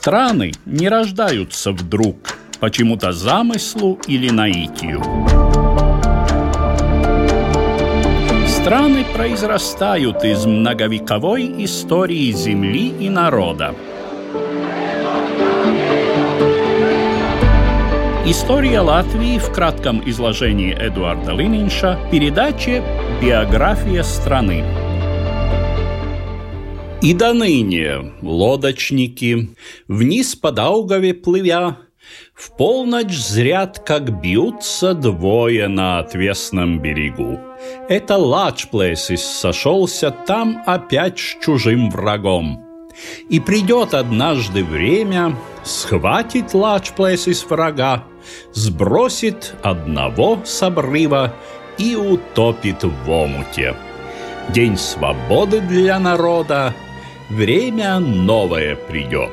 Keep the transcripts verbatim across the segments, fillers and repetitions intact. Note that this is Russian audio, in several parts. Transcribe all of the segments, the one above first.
Страны не рождаются вдруг, почему-то замыслу или наитию. Страны произрастают из многовековой истории земли и народа. История Латвии в кратком изложении Эдуарда Лининша, передаче «Биография страны». И доныне лодочники, вниз по Даугаве плывя, в полночь зрят, как бьются двое на отвесном берегу. Это Лачплесис сошелся там опять с чужим врагом. И придет однажды время, схватит Лачплесис врага, сбросит одного с обрыва и утопит в омуте. День свободы для народа, время новое придет.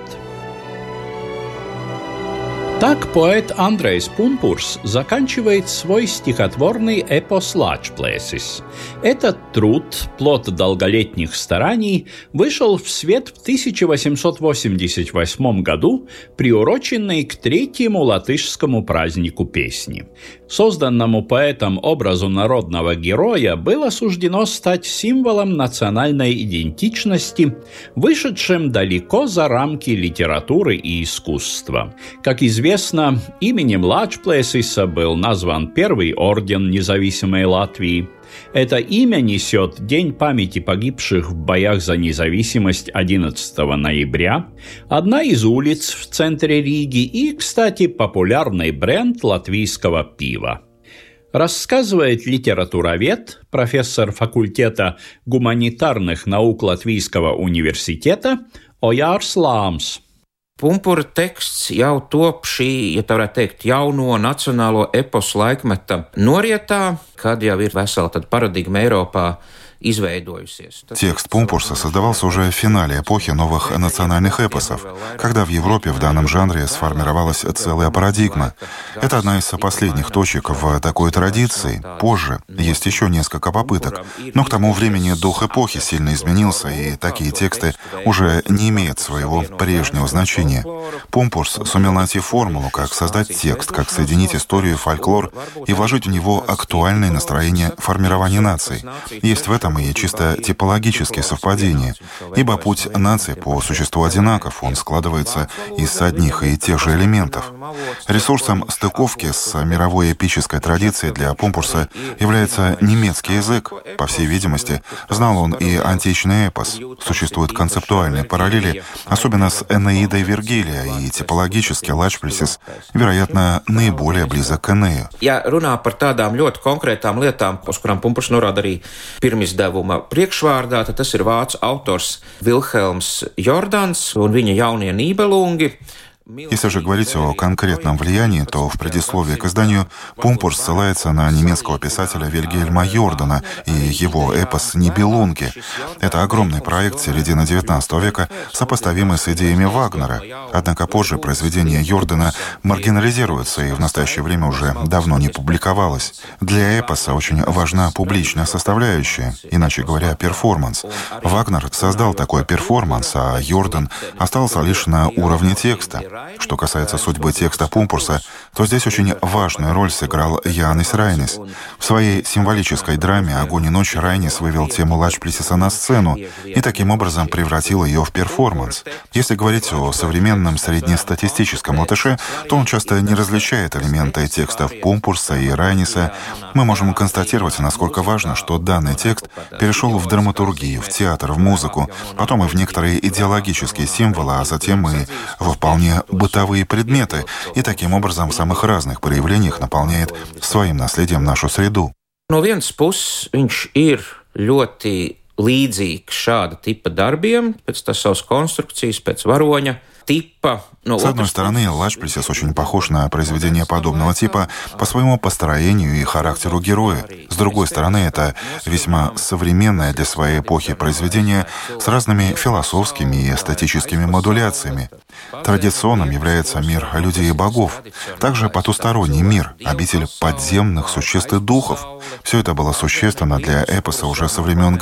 Так поэт Андрейс Пумпурс заканчивает свой стихотворный эпос «Лачплесис». Этот труд, плод долголетних стараний, вышел в свет в тысяча восемьсот восемьдесят восьмом году, приуроченный к третьему латышскому празднику песни. Созданному поэтом образу народного героя было суждено стать символом национальной идентичности, вышедшим далеко за рамки литературы и искусства. Как известно, именем Лачплесиса был назван первый орден независимой Латвии. Это имя несет День памяти погибших в боях за независимость одиннадцатого ноября, одна из улиц в центре Риги и, кстати, популярный бренд латвийского пива. Рассказывает литературовед, профессор факультета гуманитарных наук Латвийского университета Ojārs Lāms. Pumpura teksts jau top šī, ja tā varētu teikt, jauno nacionālo eposu laikmeta norietā, kad jau ir vesela tad paradigma Eiropā изведоjusies. Текст Пумпурса создавался уже в финале эпохи новых национальных эпосов, когда в Европе в данном жанре сформировалась целая парадигма. Это одна из последних точек в такой традиции. Позже есть еще несколько попыток, но к тому времени дух эпохи сильно изменился, и такие тексты уже не имеют своего прежнего значения. Пумпурс сумел найти формулу, как создать текст, как соединить историю и фольклор и вложить в него актуальное настроение формирования наций. Есть в этом и чисто типологические совпадения, ибо путь нации по существу одинаков, он складывается из одних и тех же элементов. Ресурсом стыковки с мировой эпической традицией для Пумпурса является немецкий язык. По всей видимости, знал он и античный эпос. Существуют концептуальные параллели, особенно с Энеидой Вергилия, и типологически Лачплесис, вероятно, наиболее близок к Энею. Ja runā par tādām ļoti konkrētām lietām, uz kurām Pumpurs norāda arī pirmizdevuma priekšvārdā, tad tas ir vācu autors Vilhelms Jordans un viņa jaunie Nībelungi. Если же говорить о конкретном влиянии, то в предисловии к изданию Пумпурс ссылается на немецкого писателя Вильгельма Йордана и его эпос «Нибелунги». Это огромный проект середины девятнадцатого века, сопоставимый с идеями Вагнера. Однако позже произведение Йордана маргинализируется и в настоящее время уже давно не публиковалось. Для эпоса очень важна публичная составляющая, иначе говоря, перформанс. Вагнер создал такой перформанс, а Йордан остался лишь на уровне текста. Что касается судьбы текста Пумпурса, то здесь очень важную роль сыграл Янис Райнис. В своей символической драме «Огонь и ночь» Райнис вывел тему Лачплесиса на сцену и таким образом превратил ее в перформанс. Если говорить о современном среднестатистическом латыше, то он часто не различает элементы текстов Пумпурса и Райниса. Мы можем констатировать, насколько важно, что данный текст перешел в драматургию, в театр, в музыку, потом и в некоторые идеологические символы, а затем и во вполне бытовые предметы, и таким образом в самых разных проявлениях наполняет своим наследием нашу среду. No vienas puses viņš ir ļoti līdzīgs šāda tipa darbiem, pēc tā savas konstrukcijas, pēc varoņa tipa. С одной стороны, Лачплесис очень похож на произведение подобного типа по своему построению и характеру героя. С другой стороны, это весьма современное для своей эпохи произведение с разными философскими и эстетическими модуляциями. Традиционным является мир людей и богов, также потусторонний мир, обитель подземных существ и духов. Все это было существенно для эпоса уже со времен Гомера,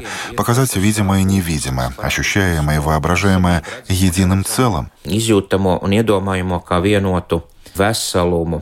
показать видимое и невидимое, ощущаемое и воображаемое единым целым. Izjūtamo un iedomājamo kā vienotu veselumu.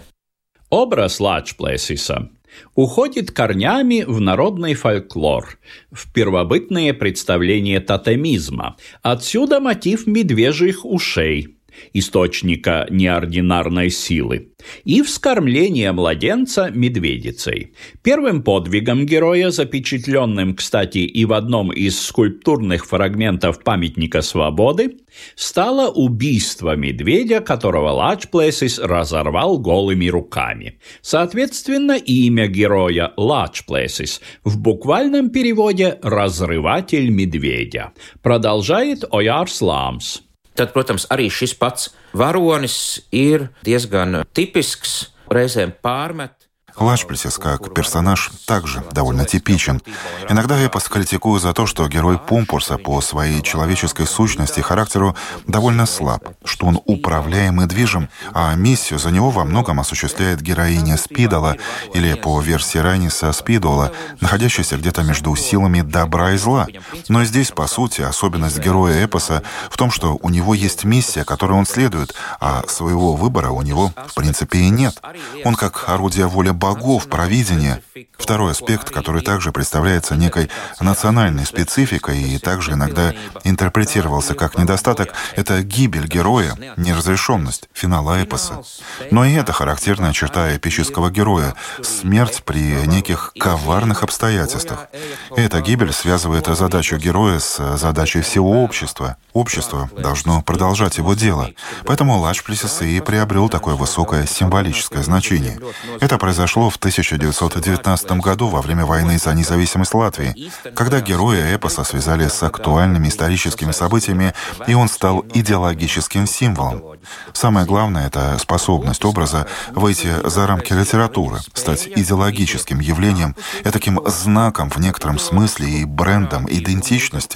Образ лаčplēsisa уходит корнями в народный фольклор, в первобытные представления тотемизма. Отсюда мотив медвежьих ушей, источника неординарной силы, и вскормление младенца медведицей. Первым подвигом героя, запечатленным, кстати, и в одном из скульптурных фрагментов памятника свободы, стало убийство медведя, которого Лаčplēsis разорвал голыми руками. Соответственно, имя героя Лаčplēsis в буквальном переводе «разрыватель медведя». Продолжает Ojārs Lāms. Tad, protams, arī šis pats varonis ir diezgan tipisks, reizēm pārmet. Лаčplēsis как персонаж также довольно типичен. Иногда эпос критикую за то, что герой Пумпурса по своей человеческой сущности и характеру довольно слаб, что он управляем и движим, а миссию за него во многом осуществляет героиня Спидола, или, по версии Райниса, Спидола, находящаяся где-то между силами добра и зла. Но здесь, по сути, особенность героя эпоса в том, что у него есть миссия, которой он следует, а своего выбора у него, в принципе, и нет. Он как орудие воли богов, провидения. Второй аспект, который также представляется некой национальной спецификой и также иногда интерпретировался как недостаток, это гибель героя, неразрешенность финала эпоса. Но и это характерная черта эпического героя — смерть при неких коварных обстоятельствах. Эта гибель связывает задачу героя с задачей всего общества. Общество должно продолжать его дело. Поэтому Лаčplēsis и приобрел такое высокое символическое значение. Это произошло в тысяча девятьсот девятнадцатом году во время войны за независимость Латвии, когда героя эпоса связали с актуальными историческими событиями, и он стал идеологическим символом. Самое главное — это способность образа выйти за рамки литературы, стать идеологическим явлением, этаким знаком в некотором смысле и брендом идентичности.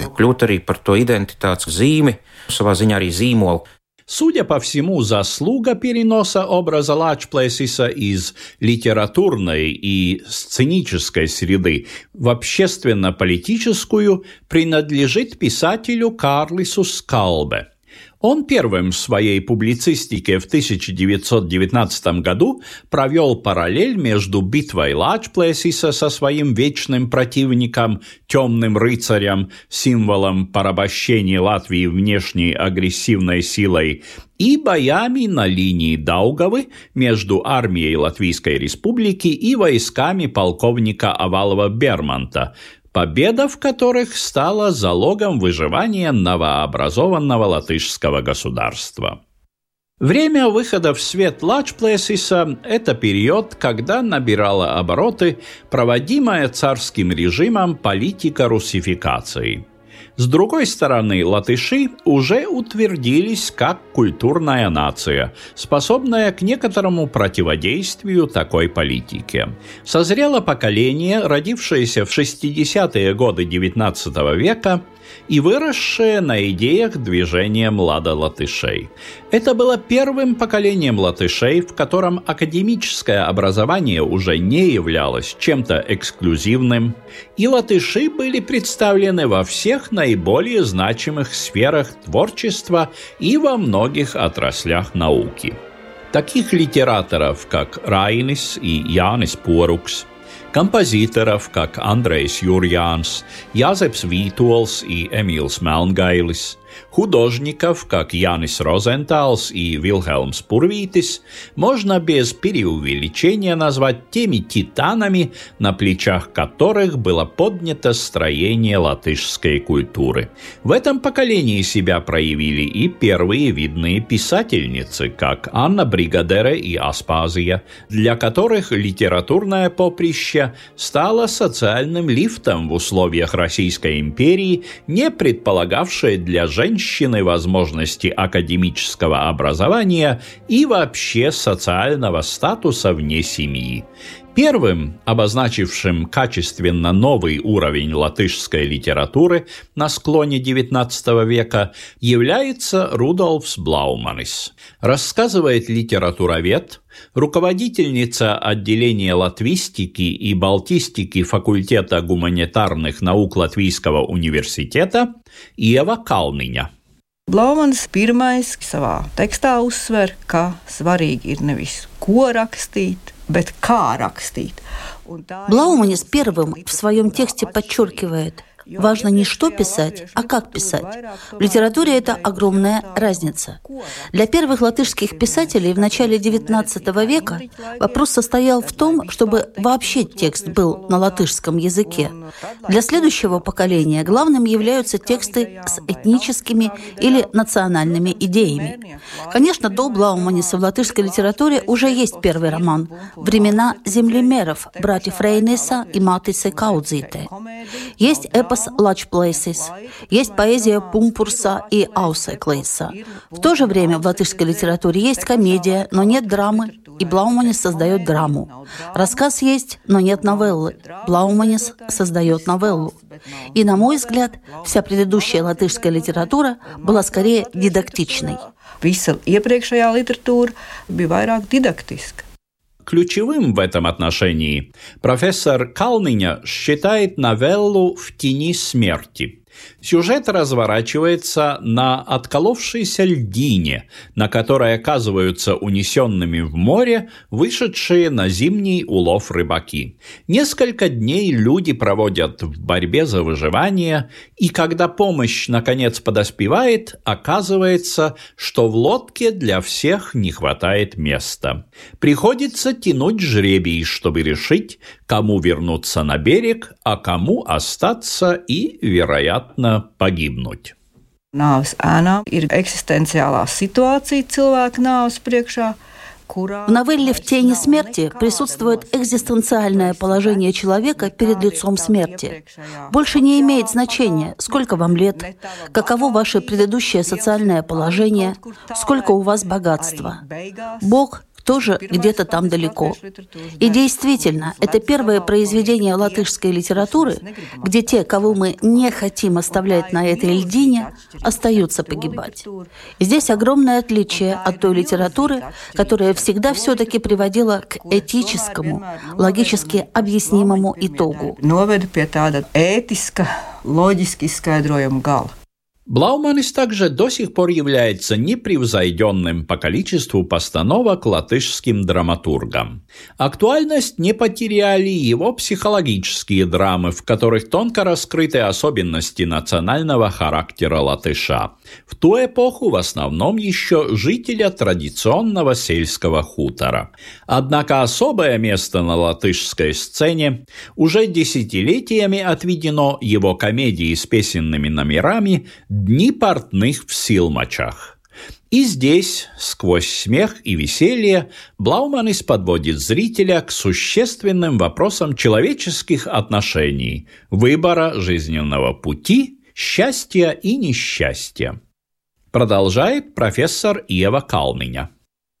Судя по всему, заслуга переноса образа Лаčplēsisa из литературной и сценической среды в общественно-политическую принадлежит писателю Kāрлису Skalbe. Он первым в своей публицистике в тысяча девятьсот девятнадцатом году провел параллель между битвой Лаčplēsisa со своим вечным противником, темным рыцарем, символом порабощения Латвии внешней агрессивной силой, и боями на линии Даугавы между армией Латвийской Республики и войсками полковника Авалова-Бермонта, победа в которых стала залогом выживания новообразованного латышского государства. Время выхода в свет Лаčplēsisa – это период, когда набирала обороты проводимая царским режимом политика руссификации. С другой стороны, латыши уже утвердились как культурная нация, способная к некоторому противодействию такой политике. Созрело поколение, родившееся в шестидесятые годы девятнадцатого века и выросшее на идеях движения младолатышей. Это было первым поколением латышей, в котором академическое образование уже не являлось чем-то эксклюзивным, и латыши были представлены во всех наиболее значимых сферах творчества и во многих отраслях науки. Таких литераторов, как Rainis и Jānis Poruks, композиторов, как Andrejs Jurjāns, Jāzeps Vītols и Emīls Melngailis, художников, как Янис Розенталс и Вильхельмс Пурвītis, можно без преувеличения назвать теми титанами, на плечах которых было поднято строение латышской культуры. В этом поколении себя проявили и первые видные писательницы, как Анна Бригадере и Аспазия, для которых литературное поприще стало социальным лифтом в условиях Российской империи, не предполагавшей для женщин возможности академического образования и вообще социального статуса вне семьи. Первым, обозначившим качественно новый уровень латышской литературы на склоне девятнадцатого века, является Рудольфс Блауманис. Рассказывает литературовед, руководительница отделения латвистики и балтистики факультета гуманитарных наук Латвийского университета Ieva Kalniņa. Blaumanis pirmais savā tekstā uzsver, ka svarīgi ir nevis ko rakstīt, bet kā rakstīt. Блауманис первым в своем тексте подчеркивает: важно не что писать, а как писать. В литературе это огромная разница. Для первых латышских писателей в начале девятнадцатого века вопрос состоял в том, чтобы вообще текст был на латышском языке. Для следующего поколения главным являются тексты с этническими или национальными идеями. Конечно, до Блауманиса в латышской литературе уже есть первый роман «Времена землемеров» братьев Рейнеса и Матисы Каудzīte. Есть эпос «Лачплейсис», есть поэзия Пумпурса и Аусеклейса. В то же время в латышской литературе есть комедия, но нет драмы, и Блауманис создает драму. Рассказ есть, но нет новеллы. Блауманис создает новеллу. И, на мой взгляд, вся предыдущая латышская литература была скорее дидактичной. Visa iepriekšējā literatūra bija vairāk didaktiska. Ключевым в этом отношении профессор Kalniņa считает новеллу «В тени смерти». Сюжет разворачивается на отколовшейся льдине, на которой оказываются унесенными в море вышедшие на зимний улов рыбаки. Несколько дней люди проводят в борьбе за выживание, и когда помощь наконец подоспевает, оказывается, что в лодке для всех не хватает места. Приходится тянуть жребий, чтобы решить, кому вернуться на берег, а кому остаться и, вероятно, погибнуть. Nāves ēnā ir eksistenciālā situācija cilvēka nāves priekšā. В новелле «В тени смерти» присутствует экзистенциальное положение человека перед лицом смерти. Больше не имеет значения, сколько вам лет, каково ваше предыдущее социальное положение, сколько у вас богатства. Бог тоже где-то там далеко. И действительно, это первое произведение латышской литературы, где те, кого мы не хотим оставлять на этой льдине, остаются погибать. И здесь огромное отличие от той литературы, которая всегда все-таки приводила к этическому, логически объяснимому итогу. Блауманис также до сих пор является непревзойденным по количеству постановок латышским драматургом. Актуальность не потеряли его психологические драмы, в которых тонко раскрыты особенности национального характера латыша. В ту эпоху в основном еще жителя традиционного сельского хутора. Однако особое место на латышской сцене уже десятилетиями отведено его комедии с песенными номерами «Дни портных в Силмачах». И здесь, сквозь смех и веселье, Блауманис подводит зрителя к существенным вопросам человеческих отношений, выбора жизненного пути, счастья и несчастья. Продолжает профессор Ieva Kalniņa.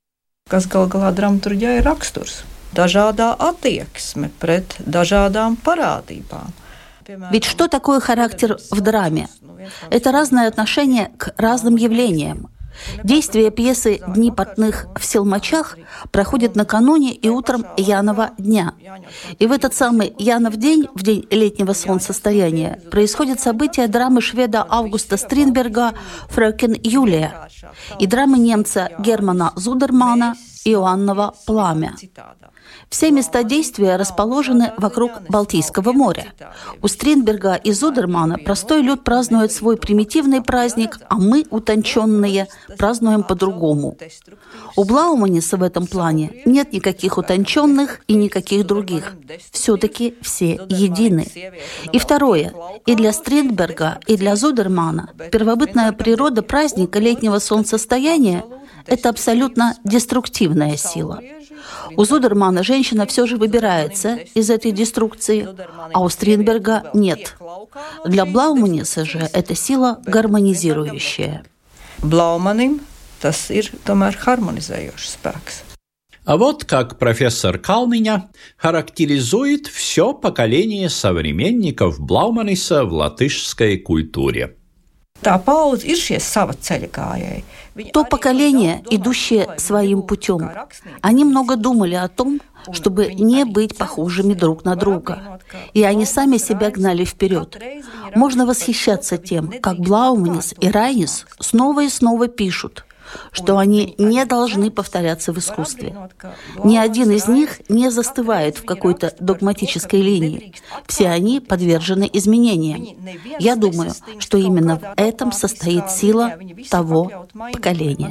Kas gal galā dramaturģijai ir raksturs? Dažādā attieksme pret dažādām parādībām. Ведь что такое характер в драме? Это разное отношение к разным явлениям. Действие пьесы «Дни портных в Силмачах» проходит накануне и утром Янова дня. И в этот самый Янов день, в день летнего солнцестояния, происходит событие драмы шведа Августа Стринберга «Фрöken Юлия» и драмы немца Германа Зудермана «Иоанново пламя». Все места действия расположены вокруг Балтийского моря. У Стринберга и Зудермана простой люд празднует свой примитивный праздник, а мы, утонченные, празднуем по-другому. У Блауманиса в этом плане нет никаких утонченных и никаких других. Все-таки все едины. И второе. И для Стринберга, и для Зудермана первобытная природа праздника летнего солнцестояния – это абсолютно деструктивная сила. У Зудермана женщина все же выбирается из этой деструкции, а у Стринберга нет. Для Блауманиса же это сила гармонизирующая. Blaumanim tas ir tomēr harmonizējošs spēks. А вот как профессор Kalniņa характеризует все поколение современников Блауманиса в латышской культуре. Tā paudze ir šie sava ceļa gājēji. То поколение, идущее своим путем, они много думали о том, чтобы не быть похожими друг на друга. И они сами себя гнали вперед. Можно восхищаться тем, как Блауманис и Райнис снова и снова пишут, что они не должны повторяться в искусстве. Ни один из них не застывает в какой-то догматической линии. Все они подвержены изменениям. Я думаю, что именно в этом состоит сила того поколения.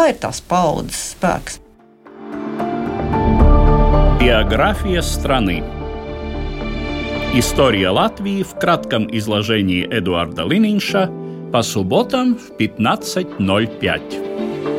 Биография страны. История Латвии в кратком изложении Эдуарда Лининша по субботам в пятнадцать ноль пять.